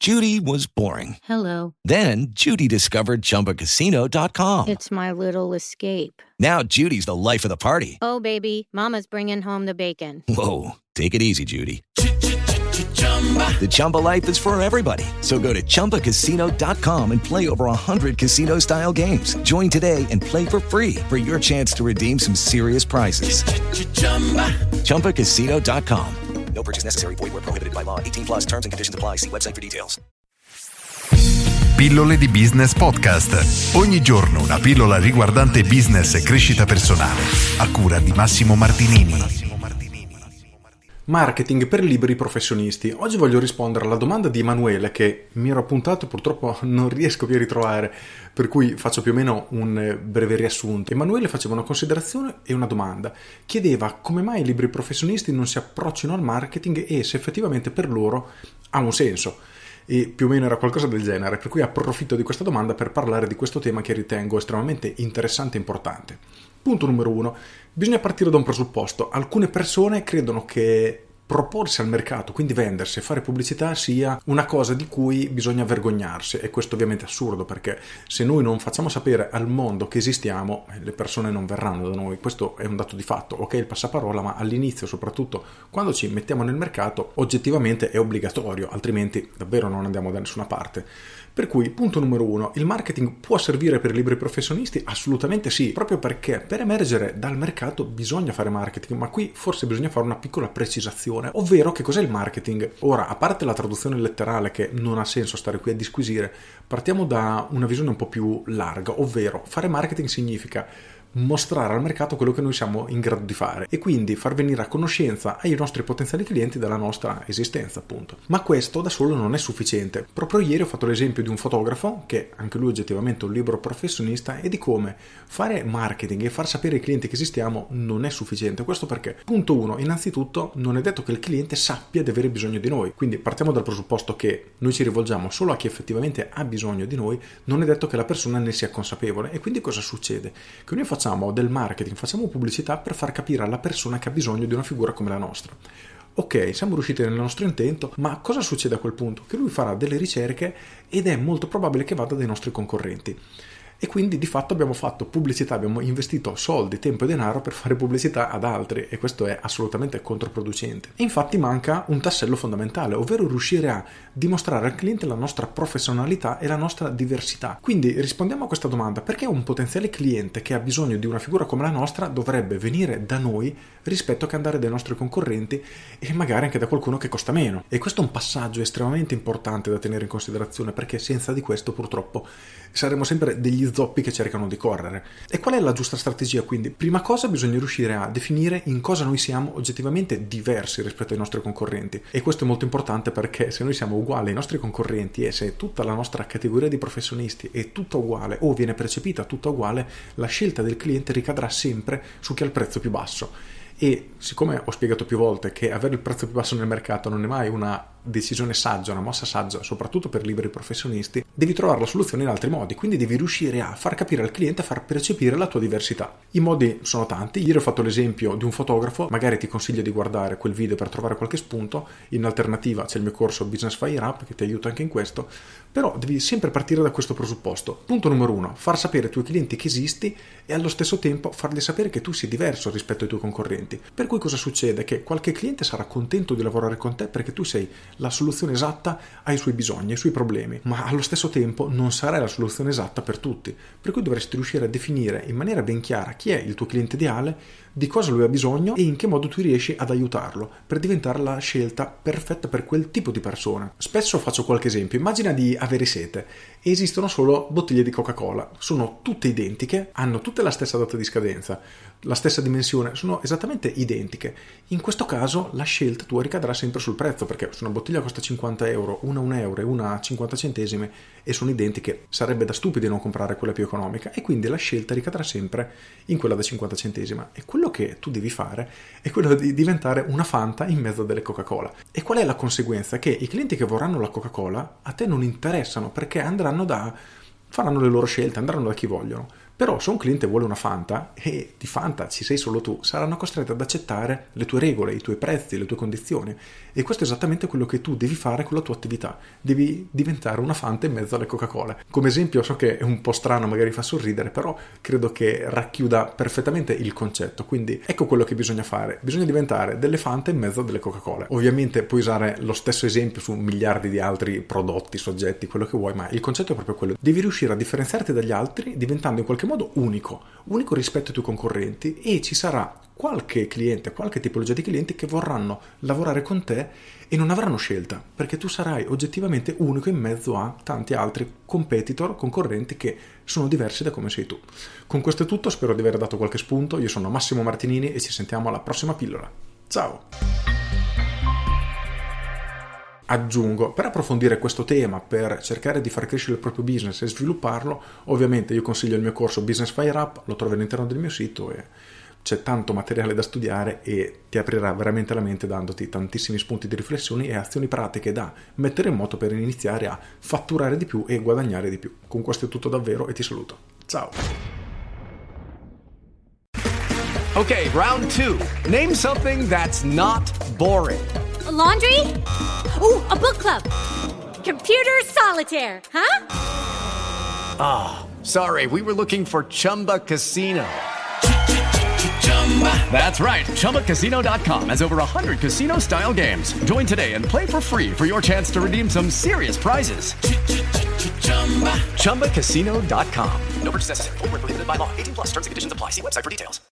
Judy was boring. Hello. Then Judy discovered ChumbaCasino.com. It's my little escape. Now Judy's the life of the party. Oh, baby, mama's bringing home the bacon. Whoa, take it easy, Judy. The Chumba life is for everybody. So go to ChumbaCasino.com and play over 100 casino-style games. Join today and play for free for your chance to redeem some serious prizes. ChumbaCasino.com. No purchase necessary. Void where prohibited by law. 18 plus terms and conditions apply. See website for details. Pillole di Business Podcast. Ogni giorno una pillola riguardante business e crescita personale. A cura di Massimo Martinini. Marketing per liberi professionisti. Oggi voglio rispondere alla domanda di Emanuele che mi ero appuntato e purtroppo non riesco più a ritrovare, per cui faccio più o meno un breve riassunto. Emanuele faceva una considerazione e una domanda. Chiedeva come mai i liberi professionisti non si approccino al marketing e se effettivamente per loro ha un senso. E più o meno era qualcosa del genere, per cui approfitto di questa domanda per parlare di questo tema che ritengo estremamente interessante e importante. Punto numero 1. Bisogna partire da un presupposto. Alcune persone credono che proporsi al mercato, quindi vendersi e fare pubblicità sia una cosa di cui bisogna vergognarsi, e questo ovviamente è assurdo, perché se noi non facciamo sapere al mondo che esistiamo, le persone non verranno da noi. Questo è un dato di fatto, ok, il passaparola, ma all'inizio, soprattutto quando ci mettiamo nel mercato, oggettivamente è obbligatorio, altrimenti davvero non andiamo da nessuna parte. Per cui, punto numero 1, il marketing può servire per i liberi professionisti? Assolutamente sì, proprio perché per emergere dal mercato bisogna fare marketing, ma qui forse bisogna fare una piccola precisazione, ovvero che cos'è il marketing? Ora, a parte la traduzione letterale che non ha senso stare qui a disquisire, partiamo da una visione un po' più larga, ovvero fare marketing significa mostrare al mercato quello che noi siamo in grado di fare e quindi far venire a conoscenza ai nostri potenziali clienti della nostra esistenza, appunto. Ma questo da solo non è sufficiente. Proprio ieri ho fatto l'esempio di un fotografo, che anche lui oggettivamente è un libero professionista, e di come fare marketing e far sapere ai clienti che esistiamo non è sufficiente. Questo perché, punto 1, innanzitutto non è detto che il cliente sappia di avere bisogno di noi, quindi partiamo dal presupposto che noi ci rivolgiamo solo a chi effettivamente ha bisogno di noi, non è detto che la persona ne sia consapevole. E quindi cosa succede? Che noi facciamo del marketing, facciamo pubblicità per far capire alla persona che ha bisogno di una figura come la nostra. Ok, siamo riusciti nel nostro intento, ma cosa succede a quel punto? Che lui farà delle ricerche ed è molto probabile che vada dai nostri concorrenti. E quindi di fatto abbiamo fatto pubblicità, abbiamo investito soldi, tempo e denaro per fare pubblicità ad altri, e questo è assolutamente controproducente. E infatti manca un tassello fondamentale, ovvero riuscire a dimostrare al cliente la nostra professionalità e la nostra diversità. Quindi rispondiamo a questa domanda: perché un potenziale cliente che ha bisogno di una figura come la nostra dovrebbe venire da noi rispetto che andare dai nostri concorrenti e magari anche da qualcuno che costa meno? E questo è un passaggio estremamente importante da tenere in considerazione, perché senza di questo purtroppo saremo sempre degli zoppi che cercano di correre. E qual è la giusta strategia? Quindi, prima cosa, bisogna riuscire a definire in cosa noi siamo oggettivamente diversi rispetto ai nostri concorrenti, e questo è molto importante, perché se noi siamo uguali ai nostri concorrenti e se tutta la nostra categoria di professionisti è tutta uguale o viene percepita tutta uguale, la scelta del cliente ricadrà sempre su chi ha il prezzo più basso. E siccome ho spiegato più volte che avere il prezzo più basso nel mercato non è mai una decisione saggia, una mossa saggia, soprattutto per liberi professionisti, devi trovare la soluzione in altri modi. Quindi devi riuscire a far capire al cliente, a far percepire la tua diversità. I modi sono tanti. Ieri ho fatto l'esempio di un fotografo, magari ti consiglio di guardare quel video per trovare qualche spunto. In alternativa c'è il mio corso Business Fire Up che ti aiuta anche in questo, però devi sempre partire da questo presupposto. Punto numero 1, far sapere ai tuoi clienti che esisti e allo stesso tempo fargli sapere che tu sei diverso rispetto ai tuoi concorrenti. Per cui cosa succede? Che qualche cliente sarà contento di lavorare con te perché tu sei la soluzione esatta ai suoi bisogni, ai suoi problemi, ma allo stesso tempo non sarai la soluzione esatta per tutti, per cui dovresti riuscire a definire in maniera ben chiara chi è il tuo cliente ideale, di cosa lui ha bisogno e in che modo tu riesci ad aiutarlo per diventare la scelta perfetta per quel tipo di persona. Spesso faccio qualche esempio. Immagina di avere sete e esistono solo bottiglie di Coca-Cola, sono tutte identiche, hanno tutte la stessa data di scadenza, la stessa dimensione, sono esattamente identiche. In questo caso la scelta tua ricadrà sempre sul prezzo, perché se una bottiglia costa 50 euro, una 1 euro e una 50 centesimi e sono identiche, sarebbe da stupidi non comprare quella più economica, e quindi la scelta ricadrà sempre in quella da 50 centesima. E quello che tu devi fare è quello di diventare una Fanta in mezzo delle Coca-Cola. E qual è la conseguenza? Che i clienti che vorranno la Coca-Cola a te non interessano, perché faranno le loro scelte, andranno da chi vogliono. Però se un cliente vuole una Fanta e di Fanta ci sei solo tu, saranno costretti ad accettare le tue regole, i tuoi prezzi, le tue condizioni, e questo è esattamente quello che tu devi fare con la tua attività. Devi diventare una Fanta in mezzo alle Coca-Cola. Come esempio so che è un po' strano, magari fa sorridere, però credo che racchiuda perfettamente il concetto. Quindi ecco quello che bisogna fare: bisogna diventare delle Fanta in mezzo a delle Coca-Cola. Ovviamente puoi usare lo stesso esempio su miliardi di altri prodotti, soggetti, quello che vuoi, ma il concetto è proprio quello: devi riuscire a differenziarti dagli altri diventando in qualche modo unico rispetto ai tuoi concorrenti, e ci sarà qualche cliente, qualche tipologia di clienti che vorranno lavorare con te e non avranno scelta, perché tu sarai oggettivamente unico in mezzo a tanti altri competitor, concorrenti che sono diversi da come sei tu. Con questo è tutto, spero di aver dato qualche spunto. Io sono Massimo Martinini e ci sentiamo alla prossima pillola. Ciao! Aggiungo, per approfondire questo tema, per cercare di far crescere il proprio business e svilupparlo, ovviamente io consiglio il mio corso Business Fire Up, lo trovi all'interno del mio sito e c'è tanto materiale da studiare e ti aprirà veramente la mente, dandoti tantissimi spunti di riflessioni e azioni pratiche da mettere in moto per iniziare a fatturare di più e guadagnare di più. Con questo è tutto davvero e ti saluto. Ciao! Okay, round 2. Name something that's not boring. A laundry? Ooh, a book club. Computer solitaire, huh? Ah, sorry, we were looking for Chumba Casino. That's right, ChumbaCasino.com has over 100 casino-style games. Join today and play for free for your chance to redeem some serious prizes. ChumbaCasino.com. No purchase necessary. Void where prohibited by law. 18+ terms and conditions apply. See website for details.